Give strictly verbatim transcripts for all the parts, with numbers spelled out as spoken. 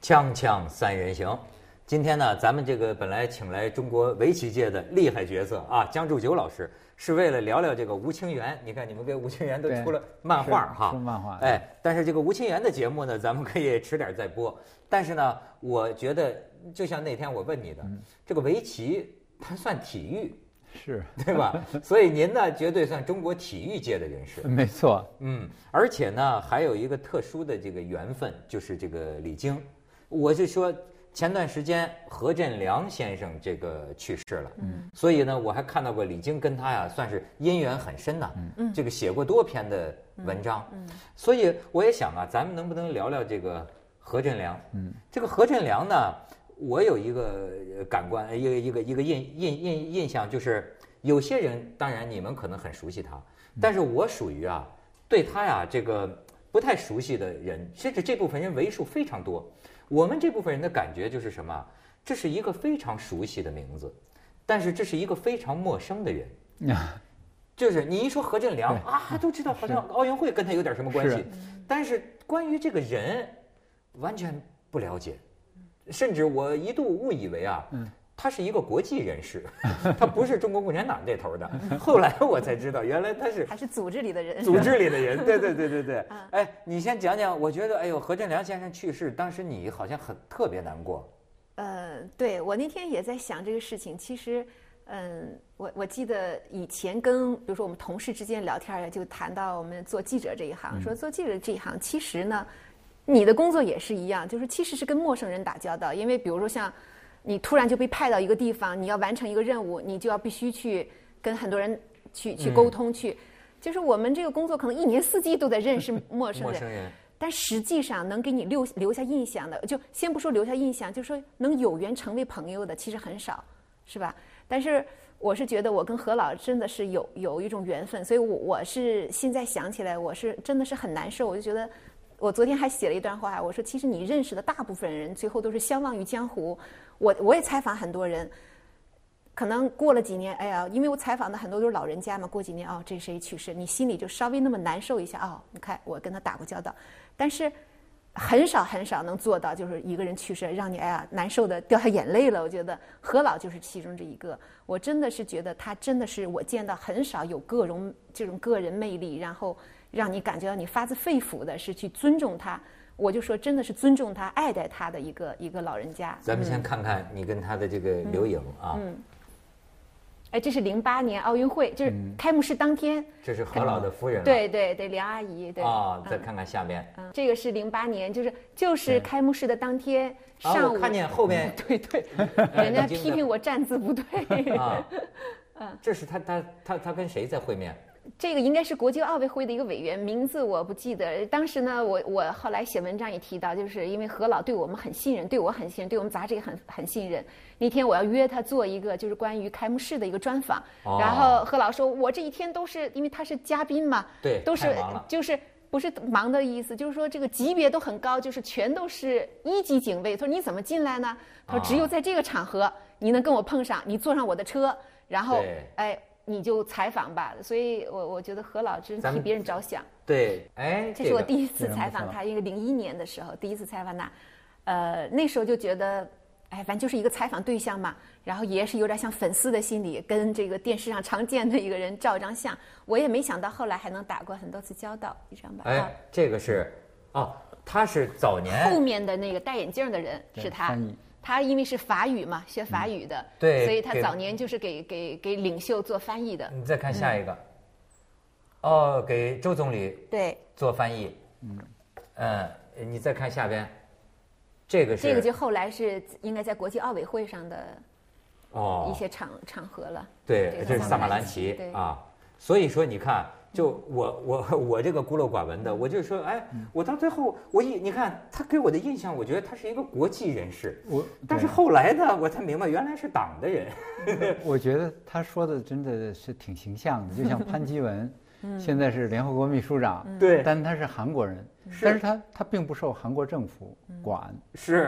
锵锵三人行，今天呢，咱们这个本来请来中国围棋界的厉害角色啊，姜祝久老师，是为了聊聊这个吴清源。你看，你们跟吴清源都出了漫画哈， 出漫画。 哎，但是这个吴清源的节目呢，咱们可以迟点再播。但是呢，我觉得就像那天我问你的，嗯、这个围棋它算体育。 是对吧？所以您呢，绝对算中国体育界的人士。 没错， 嗯，而且呢，还有一个特殊的这个缘分，就是这个李菁。我就说，前段时间何振良先生这个去世了，嗯，所以呢，我还看到过李菁跟他呀，算是姻缘很深呐，嗯，这个写过多篇的文章，嗯，所以我也想啊，咱们能不能聊聊这个何振良？嗯，这个何振良呢？我有一个感官，一个一个一个印印印印象，就是有些人，当然你们可能很熟悉他，但是我属于啊，对他呀这个不太熟悉的人，甚至这部分人为数非常多。我们这部分人的感觉就是什么？这是一个非常熟悉的名字，但是这是一个非常陌生的人。就是你一说何振良啊，都知道好像奥运会跟他有点什么关系，但是关于这个人完全不了解。甚至我一度误以为啊，他是一个国际人士，他不是中国共产党这头的。后来我才知道，原来他是还是组织里的人。 组织里的人，对对对对对。哎，你先讲讲，我觉得，哎呦，何振良先生去世，当时你好像很特别难过。 呃，对，我那天也在想这个事情。其实，嗯，我我记得以前跟比如说我们同事之间聊天，就谈到我们做记者这一行，说做记者这一行，其实呢。你的工作也是一样，就是其实是跟陌生人打交道，因为比如说像你突然就被派到一个地方，你要完成一个任务，你就要必须去跟很多人去去沟通，去，就是我们这个工作可能一年四季都在认识陌生人， 陌生人， 但实际上能给你留留下印象的，就先不说留下印象，就说能有缘成为朋友的，其实很少，是吧？但是我是觉得我跟何老真的是有有一种缘分，所以我我是现在想起来，我是真的是很难受，我就觉得。我昨天还写了一段话，我说其实你认识的大部分人最后都是相忘于江湖。我我也采访很多人，可能过了几年，哎呀，因为我采访的很多都是老人家嘛，过几年哦，这谁去世，你心里就稍微那么难受一下哦。你看我跟他打过交道，但是很少很少能做到，就是一个人去世让你哎呀难受的掉下眼泪了。我觉得何老就是其中这一个，我真的是觉得他真的是我见到很少有个人这种个人魅力，然后。让你感觉到你发自肺腑的是去尊重他，我就说真的是尊重他、爱戴他的一个一个老人家。 咱们先看看你跟他的这个留影啊。 嗯。哎，这是零八年奥运会，就是开幕式当天。 这是何老的夫人。 对对对，梁阿姨。对。 啊，再看看下边。 嗯，这个是零八年，就是就是开幕式的当天上午。 我看见后面。 对对。人家批评我站姿不对。 啊。嗯。这是他他他他跟谁在会面？ 这个应该是国际奥委会的一个委员，名字我不记得。当时呢，我我后来写文章也提到，就是因为何老对我们很信任，对我很信任，对我们杂志也很很信任。那天我要约他做一个就是关于开幕式的一个专访，哦、然后何老说，我这一天都是因为他是嘉宾嘛， 对， 都是就是不是忙的意思，就是说这个级别都很高，就是全都是一级警卫。他说你怎么进来呢？他说只有在这个场合你能跟我碰上，你坐上我的车，然后哎。你就采访吧，所以我我觉得何老真替别人着想。 对，哎， 这是我第一次采访他，因为零一年的时候第一次采访他，呃，那时候就觉得，哎，反正就是一个采访对象嘛，然后也是有点像粉丝的心理，跟这个电视上常见的一个人照张相。我也没想到后来还能打过很多次交道，一张吧。 哎，这个是，哦，他是早年后面的那个戴眼镜的人是他。他因为是法语嘛，学法语的， 嗯、对， 所以他早年就是给给给领袖做翻译的。 你再看下一个，嗯、哦，给周总理对做翻译，嗯嗯，你再看下边，这个是这个就后来是应该在国际奥委会上的哦一些场、哦、场合了。 对，这是萨马兰奇啊，所以说你看。就我我我这个孤陋寡闻的，我就说，哎，我到最后，我一你看他给我的印象，我觉得他是一个国际人士。我但是后来呢，我才明白原来是党的人。 我觉得他说的真的是挺形象的，就像潘基文，现在是联合国秘书长， 对， 但他是韩国人，但是他他并不受韩国政府管。 是。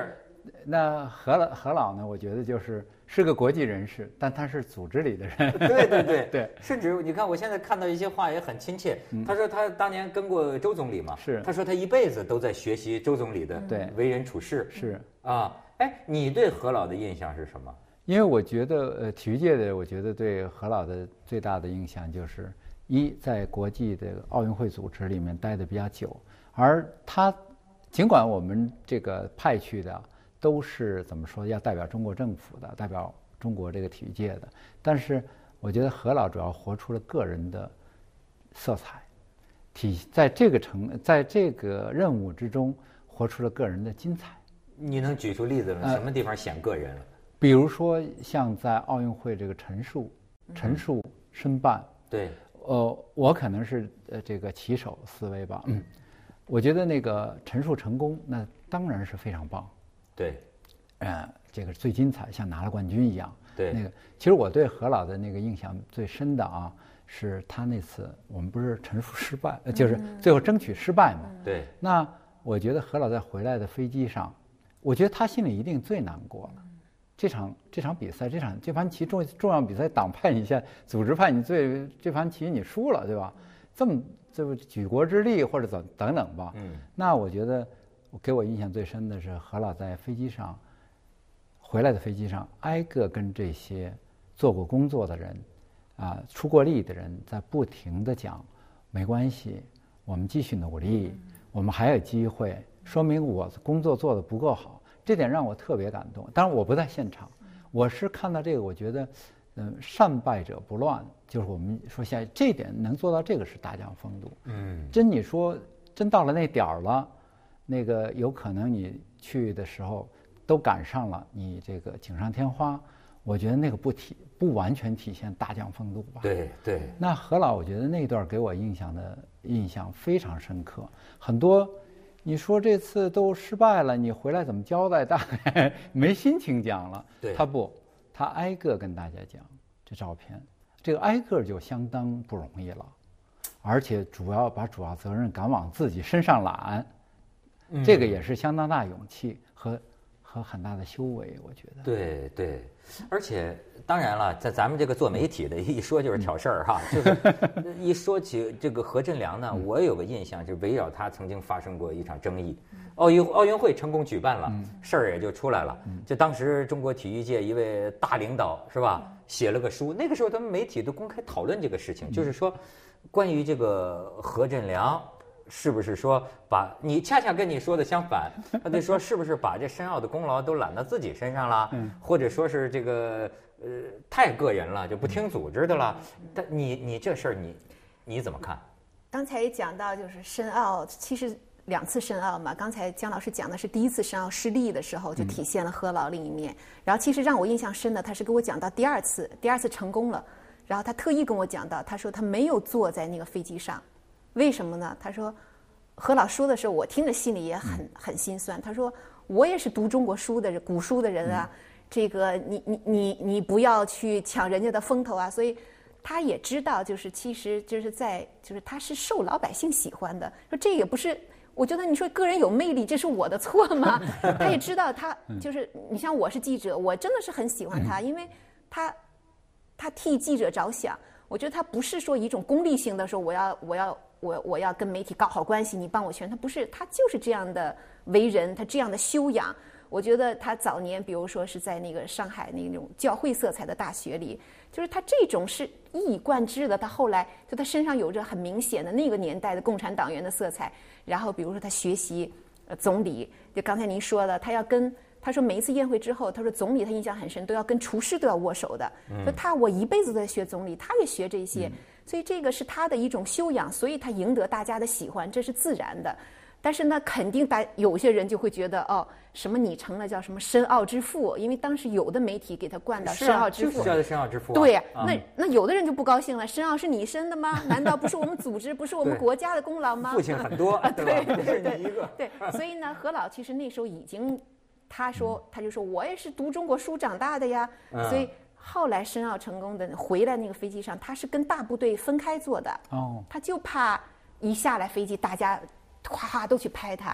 那何老何老呢？我觉得就是是个国际人士，但他是组织里的人。 对对对对， 甚至你看，我现在看到一些话也很亲切。他说他当年跟过周总理嘛， 是。 他说他一辈子都在学习周总理的对为人处事。 是啊，哎，你对何老的印象是什么？ 因为我觉得，呃，体育界的，我觉得对何老的最大的印象就是，一在国际的奥运会组织里面待得比较久，而他尽管我们这个派去的都是怎么说，要代表中国政府的，代表中国这个体育界的，但是我觉得何老主要活出了个人的色彩，体在这个成在这个任务之中活出了个人的精彩。 你能举出例子吗？什么地方显个人了？ 比如说，像在奥运会这个陈述、陈述申办， 对， 呃，我可能是呃这个棋手思维吧，嗯，我觉得那个陈述成功，那当然是非常棒， 对， 呃，这个最精彩，像拿了冠军一样， 对， 那个其实我对何老的那个印象最深的啊，是他那次我们不是陈述失败，呃，就是最后争取失败嘛， 对， 那我觉得何老在回来的飞机上，我觉得他心里一定最难过了。这场这场比赛，这场这盘棋重重要比赛，党派你下，组织派你最这盘棋你输了，对吧？这么这不举国之力或者怎等等吧。嗯。那我觉得给我印象最深的是何老在飞机上回来的飞机上，挨个跟这些做过工作的人啊、出过力的人，在不停地讲，没关系，我们继续努力，我们还有机会，说明我工作做得不够好。这点让我特别感动，当然我不在现场，我是看到这个，我觉得，嗯，善败者不乱，就是我们说下这点能做到这个是大将风度。嗯，真你说真到了那点儿了，那个有可能你去的时候都赶上了，你这个锦上添花，我觉得那个不体不完全体现大将风度吧。 对对。 那何老，我觉得那段给我印象的印象非常深刻，很多。你说这次都失败了，你回来怎么交代？大概没心情讲了。 对， 他不，他挨个跟大家讲这照片，这个挨个就相当不容易了，而且主要把主要责任敢往自己身上揽，嗯、这个也是相当大勇气和和很大的修为，我觉得。 对对，而且当然了，在咱们这个做媒体的，一说就是挑事儿哈，就是一说起这个何振良呢，我有个印象，就围绕他曾经发生过一场争议。奥运奥运会成功举办了，事儿也就出来了。就当时中国体育界一位大领导是吧，写了个书，那个时候他们媒体都公开讨论这个事情，就是说关于这个何振良。是不是说把你恰恰跟你说的相反？他就说是不是把这申奥的功劳都揽到自己身上了？嗯，或者说是这个呃太个人了，就不听组织的了。但你你这事儿你你怎么看？ 刚才也讲到就是申奥，其实两次申奥嘛。刚才姜老师讲的是第一次申奥失利的时候，就体现了何老另一面。嗯、然后其实让我印象深的，他是跟我讲到第二次，第二次成功了。然后他特意跟我讲到，他说他没有坐在那个飞机上。为什么呢？他说，何老说的时候，我听着心里也很很心酸。他说，我也是读中国书的人，古书的人啊，这个你你你你不要去抢人家的风头啊。所以，他也知道，就是其实就是在就是他是受老百姓喜欢的。说这也不是，我觉得你说个人有魅力，这是我的错吗？他也知道他就是你像我是记者，我真的是很喜欢他，因为他他替记者着想。我觉得他不是说一种功利性的说我要我要我我要跟媒体搞好关系，你帮我宣，他不是，他就是这样的为人，他这样的修养。我觉得他早年比如说是在那个上海那种教会色彩的大学里，就是他这种是一以贯之的。他后来就他身上有着很明显的那个年代的共产党员的色彩。然后比如说他学习呃总理，就刚才您说的，他要跟。他说每一次宴会之后，他说总理他印象很深，都要跟厨师都要握手的。说他我一辈子都在学总理，他也学这些，所以这个是他的一种修养，所以他赢得大家的喜欢，这是自然的。但是呢，肯定大有些人就会觉得哦，什么你成了叫什么申奥之父，因为当时有的媒体给他冠到申奥之父， 就是叫申奥之父、啊。 对呀、啊，那那有的人就不高兴了，申奥是你申的吗？难道不是我们组织，不是我们国家的功劳吗？ 父亲很多，对吧？ 对对对， 一个对，所以呢，何老其实那时候已经。他说，他就说我也是读中国书长大的呀，嗯、所以后来申奥成功的回来那个飞机上，他是跟大部队分开坐的。哦，他就怕一下来飞机，大家哗哗都去拍他。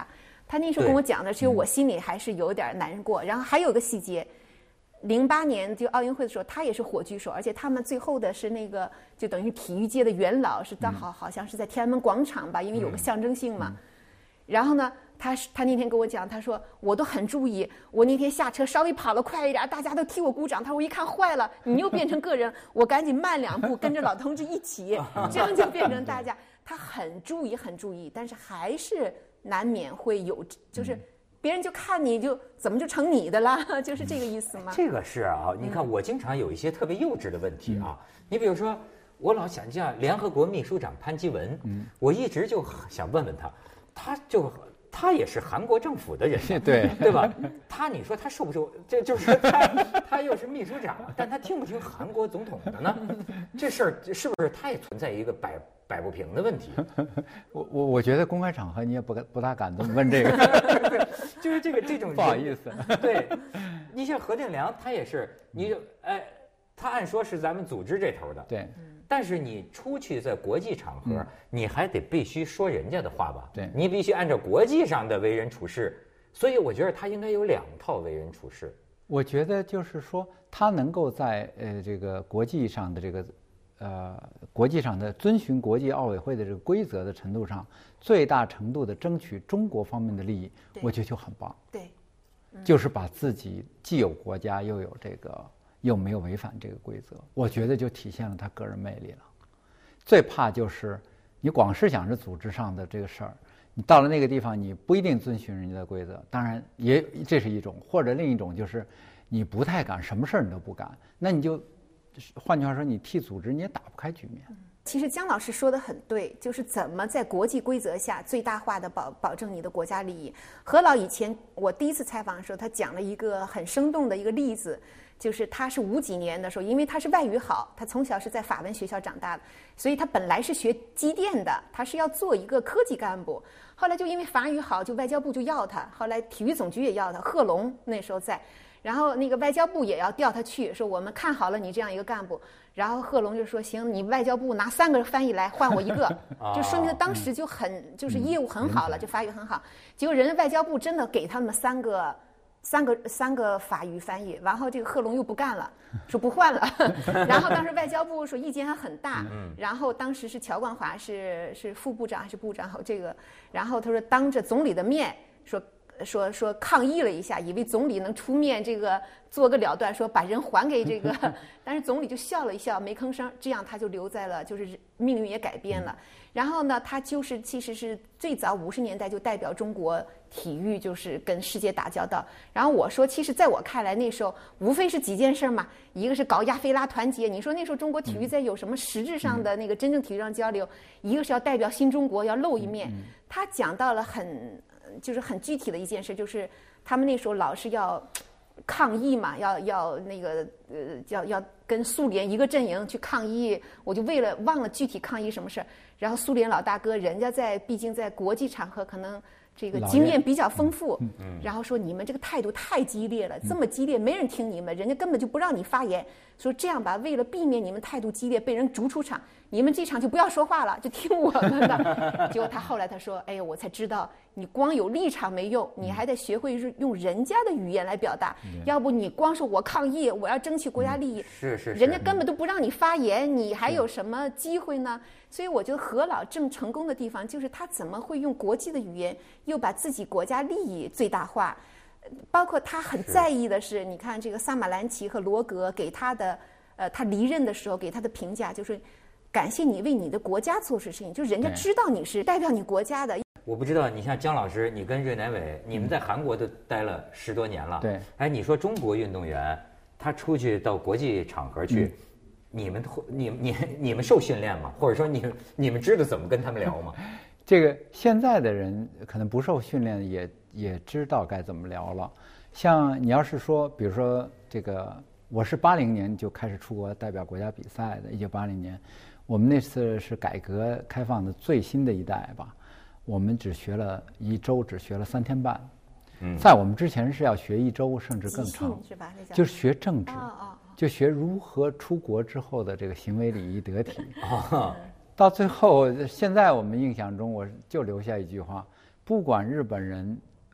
他那时候跟我讲的，其实我心里还是有点难过。然后还有个细节，零八年就奥运会的时候，他也是火炬手，而且他们最后的是那个就等于体育界的元老，是正好好像是在天安门广场吧，因为有个象征性嘛。然后呢，他他那天跟我讲，他说我都很注意，我那天下车稍微跑了快一点，大家都替我鼓掌。他说我一看坏了，你又变成个人，我赶紧慢两步，跟着老同志一起，这样就变成大家。他很注意，很注意，但是还是难免会有，就是别人就看你就怎么就成你的啦，就是这个意思吗？ 这个是啊，你看我经常有一些特别幼稚的问题啊，你比如说，我老想叫联合国秘书长潘基文，我一直就想问问他，他就。他也是韩国政府的人， 对对吧？他你说他受不受？这就是他，他又是秘书长，但他听不听韩国总统的呢？这事儿是不是他也存在一个摆摆不平的问题？ 我我我觉得公开场合你也不不大敢这么问这个， 就是这个这种不好意思。 对，你像何振良，他也是，你就哎，他按说是咱们组织这头的， 对。 但是你出去在国际场合，嗯、你还得必须说人家的话吧？ 对， 你必须按照国际上的为人处事。所以我觉得他应该有两套为人处事。 我觉得就是说，他能够在呃这个国际上的这个呃国际上的遵循国际奥委会的这个规则的程度上，最大程度的争取中国方面的利益，我觉得就很棒。 对， 嗯、就是把自己既有国家又有这个。又没有违反这个规则，我觉得就体现了他个人魅力了。最怕就是你光是想着组织上的这个事儿，你到了那个地方，你不一定遵循人家的规则。当然也这是一种，或者另一种就是你不太敢，什么事儿你都不敢，那你就换句话说，你替组织你也打不开局面。 其实姜老师说的很对，就是怎么在国际规则下最大化的保保证你的国家利益。何老以前我第一次采访的时候，他讲了一个很生动的一个例子。就是他是五几年的时候，因为他是外语好，他从小是在法文学校长大的，所以他本来是学机电的，他是要做一个科级干部。后来就因为法语好，就外交部就要他，后来体育总局也要他，贺龙那时候在，然后那个外交部也要调他去，说我们看好了你这样一个干部。然后贺龙就说行，你外交部拿三个翻译来换我一个，就说明他当时就很就是业务很好了，就法语很好。结果人家外交部真的给他们三个。三个三个法语翻译，然后这个贺龙又不干了，说不换了。然后当时外交部说意见还很大，然后当时是乔冠华是是副部长还是部长？这个，然后他说当着总理的面说说说抗议了一下，以为总理能出面这个做个了断，说把人还给这个，但是总理就笑了一笑，没吭声，这样他就留在了，就是命运也改变了。然后呢，他就是其实是最早五十年代就代表中国体育，就是跟世界打交道。然后我说，其实在我看来，那时候无非是几件事嘛，一个是搞亚非拉团结，你说那时候中国体育在有什么实质上的那个真正体育上交流，一个是要代表新中国要露一面。他讲到了很就是很具体的一件事，就是他们那时候老是要抗议嘛，要要那个呃要要跟苏联一个阵营去抗议，我就为了忘了具体抗议什么事儿。然后苏联老大哥，人家在毕竟在国际场合可能这个经验比较丰富，然后说你们这个态度太激烈了，这么激烈没人听你们，人家根本就不让你发言。说这样吧，为了避免你们态度激烈被人逐出场，你们这场就不要说话了，就听我们的。结果他后来他说，哎呀，我才知道你光有立场没用，你还得学会用人家的语言来表达，要不你光说我抗议，我要争取国家利益， 是是， 人家根本都不让你发言，你还有什么机会呢？所以我觉得何老正成功的地方就是他怎么会用国际的语言，又把自己国家利益最大化。包括他很在意的是，你看这个萨马兰奇和罗格给他的，呃，他离任的时候给他的评价就是，感谢你为你的国家做事情，就人家知道你是代表你国家的。 我不知道，你像姜老师，你跟芮乃伟，你们在韩国都待了十多年了。 对。 哎，你说中国运动员他出去到国际场合去，嗯、你们你你你们受训练吗？或者说你你们知道怎么跟他们聊吗？ 这个现在的人可能不受训练也。也知道该怎么聊了。像你要是说，比如说这个，我是八零年就开始出国代表国家比赛的，一九八零年，我们那次是改革开放的最新的一代吧，我们只学了一周，只学了三天半。嗯，在我们之前是要学一周甚至更长， 是吧？那叫就是学政治， 哦哦、 就学如何出国之后的这个行为礼仪得体。哦、到最后，现在我们印象中，我就留下一句话。不管日本人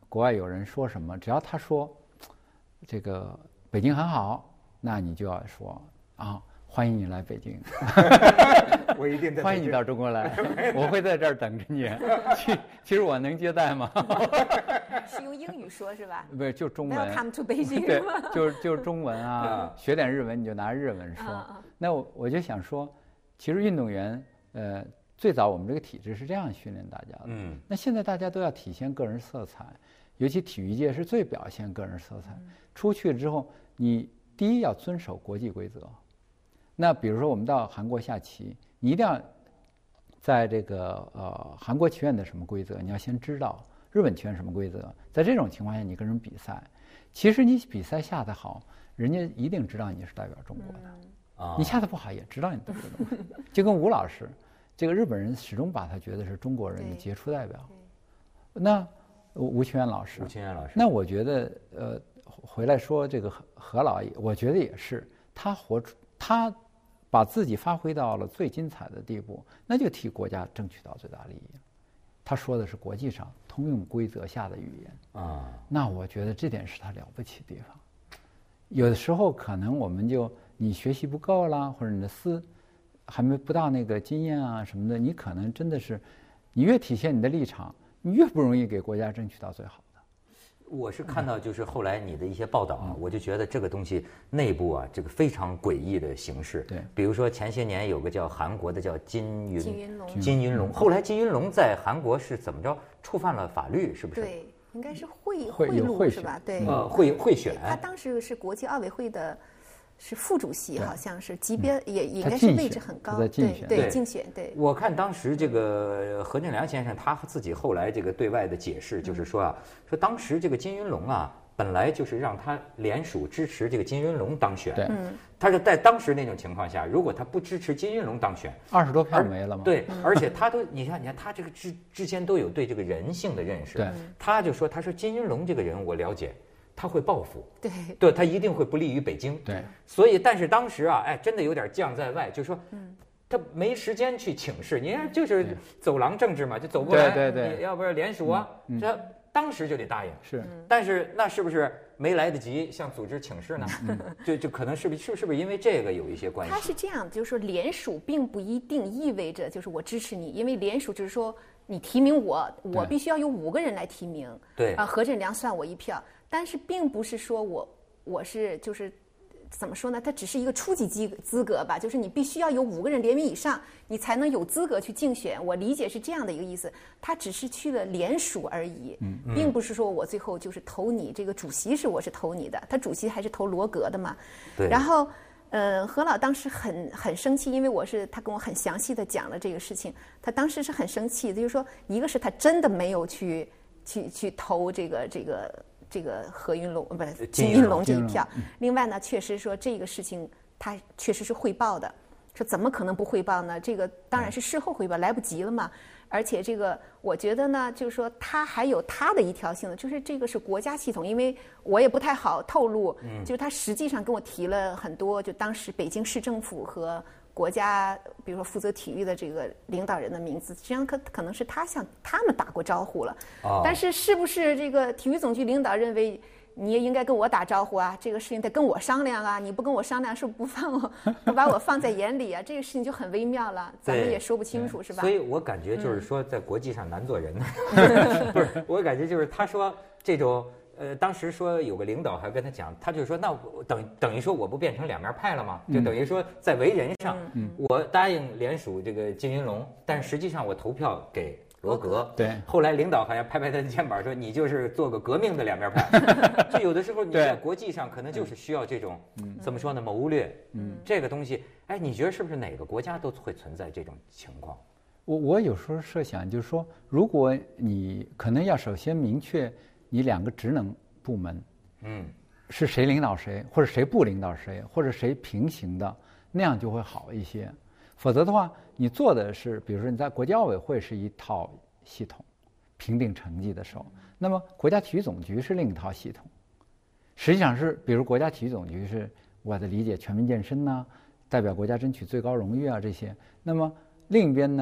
国外有人说什么，只要他说这个北京很好，那你就要说啊，欢迎你来北京。 我一定欢迎你到中国来，我会在这儿等着你。其其实我能接待吗？ 是用英语说是吧？ 不是，就中文。 Welcome to Beijing。 对，就是就是中文啊，学点日文你就拿日文说。 嗯嗯、 那我我就想说，其实运动员，呃，最早我们这个体制是这样训练大家的。嗯。那现在大家都要体现个人色彩，尤其体育界是最表现个人色彩。嗯、出去之后，你第一要遵守国际规则。那比如说我们到韩国下棋。你一定要在这个呃韩国棋院的什么规则，你要先知道日本棋院什么规则。在这种情况下，你跟人比赛，其实你比赛下得好，人家一定知道你是代表中国的。嗯、你下得不好，也知道你代表中国。就跟吴老师，这个日本人始终把他觉得是中国人的杰出代表。那吴清源老师， 吴清源老师， 那我觉得呃回来说这个何何老，我觉得也是他活出他。把自己发挥到了最精彩的地步，那就替国家争取到最大利益了。他说的是国际上通用规则下的语言啊，那我觉得这点是他了不起的地方。有的时候可能我们就你学习不够啦，或者你的思还没不到那个经验啊什么的，你可能真的是，你越体现你的立场，你越不容易给国家争取到最好。 我是看到就是后来你的一些报道啊，我就觉得这个东西内部啊，这个非常诡异的形式。 对， 比如说前些年有个叫韩国的叫金云金云龙， 金云龙，后来金云龙在韩国是怎么着触犯了法律，是不是？ 对，应该是贿贿赂是吧？对， 呃，贿贿选。 他当时是国际奥委会的。是副主席，好像是级别也应该是位置很高，对对竞选对。 我看当时这个何振良先生他自己后来这个对外的解释就是说啊，说当时这个金云龙啊，本来就是让他联署支持这个金云龙当选， 对， 他是在当时那种情况下，如果他不支持金云龙当选， 二十多票没了嘛。 对，而且他都你看你看他这个之之间都有对这个人性的认识， 对， 他就说他说金云龙这个人我了解。他会报复， 对， 对他一定会不利于北京， 对， 所以但是当时啊，哎，真的有点将在外，就说，嗯，他没时间去请示，你看就是走廊政治嘛，就走过来， 对对对， 要不然联署啊， 嗯、 这当时就得答应， 是， 但是那是不是没来得及向组织请示呢？嗯、就就可能是不是是不是因为这个有一些关系？ 他是这样，就是说联署并不一定意味着就是我支持你，因为联署就是说你提名我，我必须要有五个人来提名， 对啊，何振良算我一票。但是并不是说我我是就是怎么说呢？它只是一个初级资资格吧，就是你必须要有五个人联名以上，你才能有资格去竞选。我理解是这样的一个意思，他只是去了联署而已，嗯，并不是说我最后就是投你这个主席是我是投你的，他主席还是投罗格的嘛。 对。 然后，呃，何老当时很很生气，因为我是他跟我很详细的讲了这个事情，他当时是很生气的，就是说，一个是他真的没有去去去投这个这个。这个何云龙不是金云龙这一票，另外呢，确实说这个事情他确实是汇报的，说怎么可能不汇报呢？这个当然是事后汇报，来不及了嘛。而且这个我觉得呢，就是说他还有他的一条性的，就是这个是国家系统，因为我也不太好透露，就是他实际上跟我提了很多，就当时北京市政府和。国家，比如说负责体育的这个领导人的名字，实际上可可能是他向他们打过招呼了。哦。但是是不是这个体育总局领导认为你也应该跟我打招呼啊？这个事情得跟我商量啊！你不跟我商量，是不是不放我，不把我放在眼里啊？这个事情就很微妙了，咱们也说不清楚，是吧？ 所以我感觉就是说，在国际上难做人。不是，我感觉就是他说这种。呃，当时说有个领导还跟他讲，他就说那我等等于说我不变成两面派了吗？就等于说在为人上，嗯、我答应联署这个金云龙，但实际上我投票给罗格。 对。后来领导好像拍拍他的肩膀说，你就是做个革命的两面派。就有的时候你在国际上可能就是需要这种怎么说呢谋略。嗯。这个东西，哎，你觉得是不是哪个国家都会存在这种情况？ 我我有时候设想就是说，如果你可能要首先明确。你两个职能部门，嗯，是谁领导谁，或者谁不领导谁，或者谁平行的，那样就会好一些。否则的话，你做的是，比如说你在国际奥委会是一套系统，评定成绩的时候，那么国家体育总局是另一套系统。实际上是，比如国家体育总局是我的理解，全民健身呐、啊，代表国家争取最高荣誉啊这些。那么另一边呢，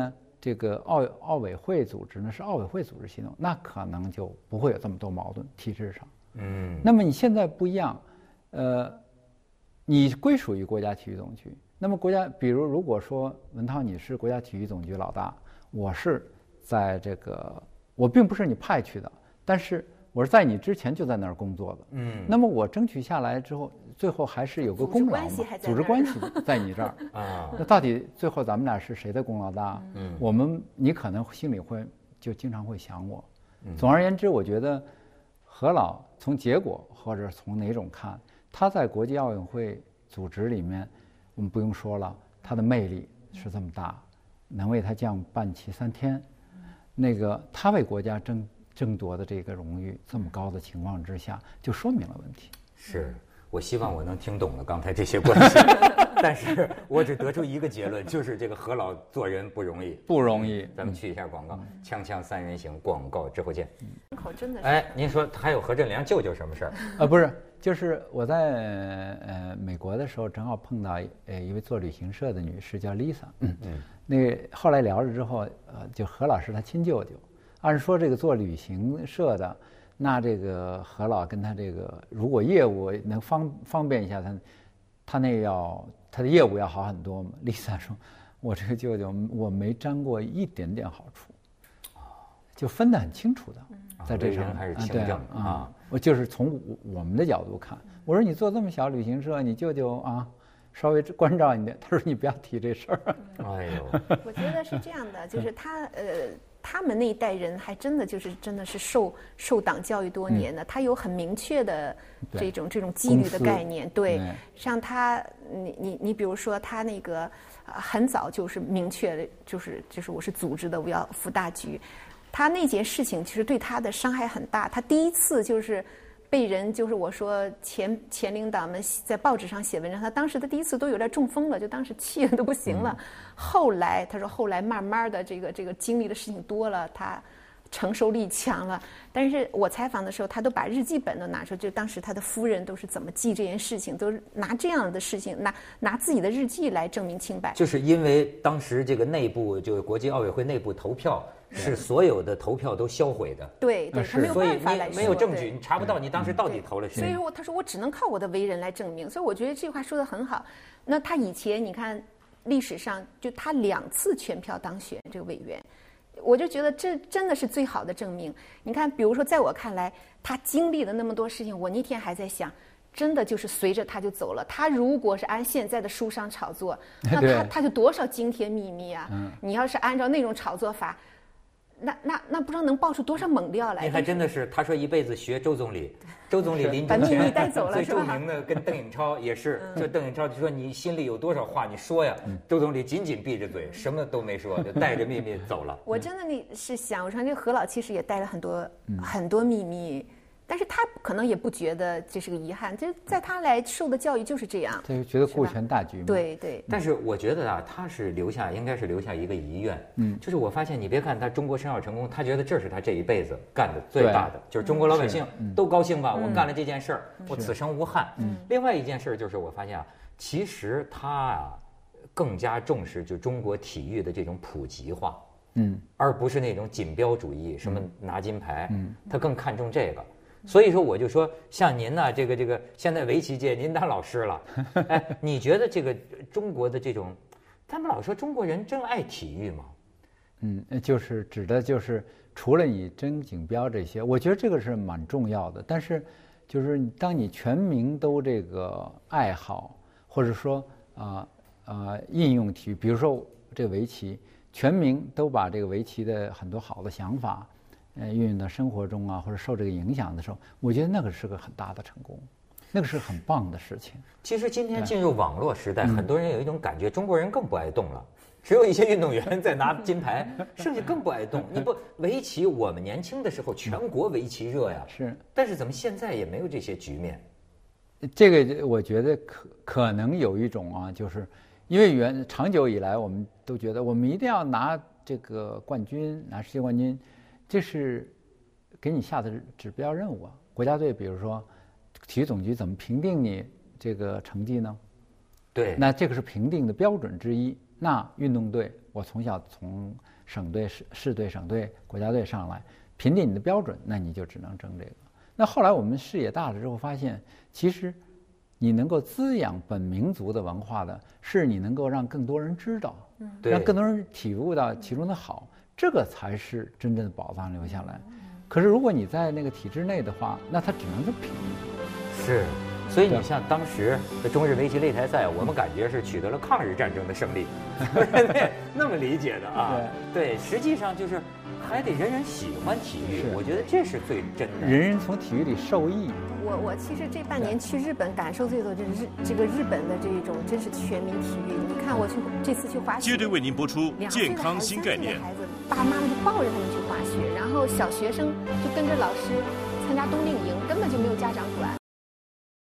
这个奥奥委会组织呢是奥委会组织系统，那可能就不会有这么多矛盾体制上。 嗯， 那么你现在不一样，呃，你归属于国家体育总局，那么国家，比如如果说文涛你是国家体育总局老大，我是在这个，我并不是你派去的，但是我是在你之前就在那儿工作的。 嗯， 那么我争取下来之后，最后还是有个功劳嘛，组织关系在你这儿啊。那到底最后咱们俩是谁的功劳大？嗯，我们你可能心里会就经常会想我。总而言之，我觉得何老从结果或者从哪种看，他在国际奥运会组织里面，我们不用说了，他的魅力是这么大，能为他这样办齐三天，那个他为国家争争夺的这个荣誉这么高的情况之下，就说明了问题。 是。我希望我能听懂了刚才这些关系，但是我只得出一个结论，就是这个何老做人不容易， 不容易。 咱们去一下广告，锵锵三人行，广告之后见。 口真的是。 哎，您说还有何振良舅舅什么事儿？ 啊，不是，就是我在呃美国的时候，正好碰到呃一位做旅行社的女士叫 Lisa， 嗯嗯，那个后来聊了之后，呃，就何老师他亲舅舅，按说这个做旅行社的。那这个何老跟他这个，如果业务能方方便一下他，他那要他的业务要好很多嘛。Lisa 说，我这个舅舅我没沾过一点点好处，就分得很清楚的，在这上还是清正啊。 我就是从我们的角度看，我说你做这么小旅行社，你舅舅啊稍微关照一点。他说你不要提这事儿。 哎呦， 我觉得是这样的，就是他呃。他们那一代人还真的就是真的是受受党教育多年的，嗯、他有很明确的这种这种纪律的概念。对，对像他，你你你比如说他那个、呃、很早就是明确的，就是就是我是组织的，我要副大局。他那件事情其实对他的伤害很大。他第一次就是被人就是我说前前领导们在报纸上写文章，他当时的第一次都有点中风了，就当时气的都不行了。嗯、后来他说后来慢慢的这个这个经历的事情多了，他承受力强了。但是我采访的时候，他都把日记本都拿出，就当时他的夫人都是怎么记这件事情，都是拿这样的事情拿拿自己的日记来证明清白。 就是因为当时这个内部就国际奥委会内部投票。是所有的投票都销毁的， 对对，他没有办法来说， 没有证据，你查不到你当时到底投了谁。 所以说，他说我只能靠我的为人来证明。所以我觉得这句话说得很好。那他以前你看历史上就他两次全票当选这个委员，我就觉得这真的是最好的证明。你看，比如说在我看来，他经历了那么多事情，我那天还在想。真的就是随着他就走了。他如果是按现在的书商炒作，那他他就多少惊天秘密啊！嗯、你要是按照那种炒作法。那那那不知道能爆出多少猛料来？ 你还真的是，他说一辈子学周总理，周总理临终前最著名的跟邓颖超也是，就邓颖超就说你心里有多少话你说呀，周总理紧紧闭着嘴，什么都没说，就带着秘密走了。 我真的你是想，我说这个何老其实也带了很多、嗯、很多秘密。但是他可能也不觉得这是个遗憾，就在他来受的教育就是这样， 他就觉得顾全大局嘛。 对对。 但是我觉得啊，他是留下应该是留下一个遗愿，嗯，就是我发现你别看他中国申奥成功，他觉得这是他这一辈子干的最大的，就是中国老百姓都高兴吧，我干了这件事儿，我此生无憾。嗯。另外一件事就是我发现啊，其实他啊更加重视就中国体育的这种普及化，嗯，而不是那种锦标主义，什么拿金牌，嗯，他更看重这个。所以说，我就说，像您呢，这个这个，现在围棋界您当老师了，哎，你觉得这个中国的这种，他们老说中国人真爱体育吗？ 嗯，就是指的就是除了你争锦标这些，我觉得这个是蛮重要的。但是，就是当你全民都这个爱好，或者说啊啊、呃呃、应用体育，比如说这个围棋，全民都把这个围棋的很多好的想法。呃，运用到生活中啊，或者受这个影响的时候，我觉得那个是个很大的成功，那个是很棒的事情。 其实今天进入网络时代，嗯、很多人有一种感觉，中国人更不爱动了，只有一些运动员在拿金牌，剩下更不爱动。你不围棋，我们年轻的时候全国围棋热呀， 是， 但是怎么现在也没有这些局面？ 这个我觉得可可能有一种啊，就是因为原长久以来我们都觉得我们一定要拿这个冠军，拿世界冠军。这是给你下的指标任务啊！国家队，比如说体育总局怎么评定你这个成绩呢？ 对， 那这个是评定的标准之一。那运动队，我从小从省队、市市队、省队、国家队上来，评定你的标准，那你就只能争这个。那后来我们视野大了之后，发现其实你能够滋养本民族的文化的，是你能够让更多人知道， 嗯， 让更多人体悟到其中的好，这个才是真正的宝藏留下来。可是如果你在那个体制内的话，那它只能是平民。 是。所以你像当时的中日围棋擂台赛，我们感觉是取得了抗日战争的胜利，对，那么理解的啊。对，实际上就是还得人人喜欢体育，我觉得这是最真的。 人人从体育里受益。 我我其实这半年去日本，感受最多就是日这个日本的这种真是全民体育。你看我去这次去滑雪， 接着为您播出健康新概念。 孩子爸爸妈妈就抱着他们去滑雪，然后小学生就跟着老师参加冬令营，根本就没有家长管。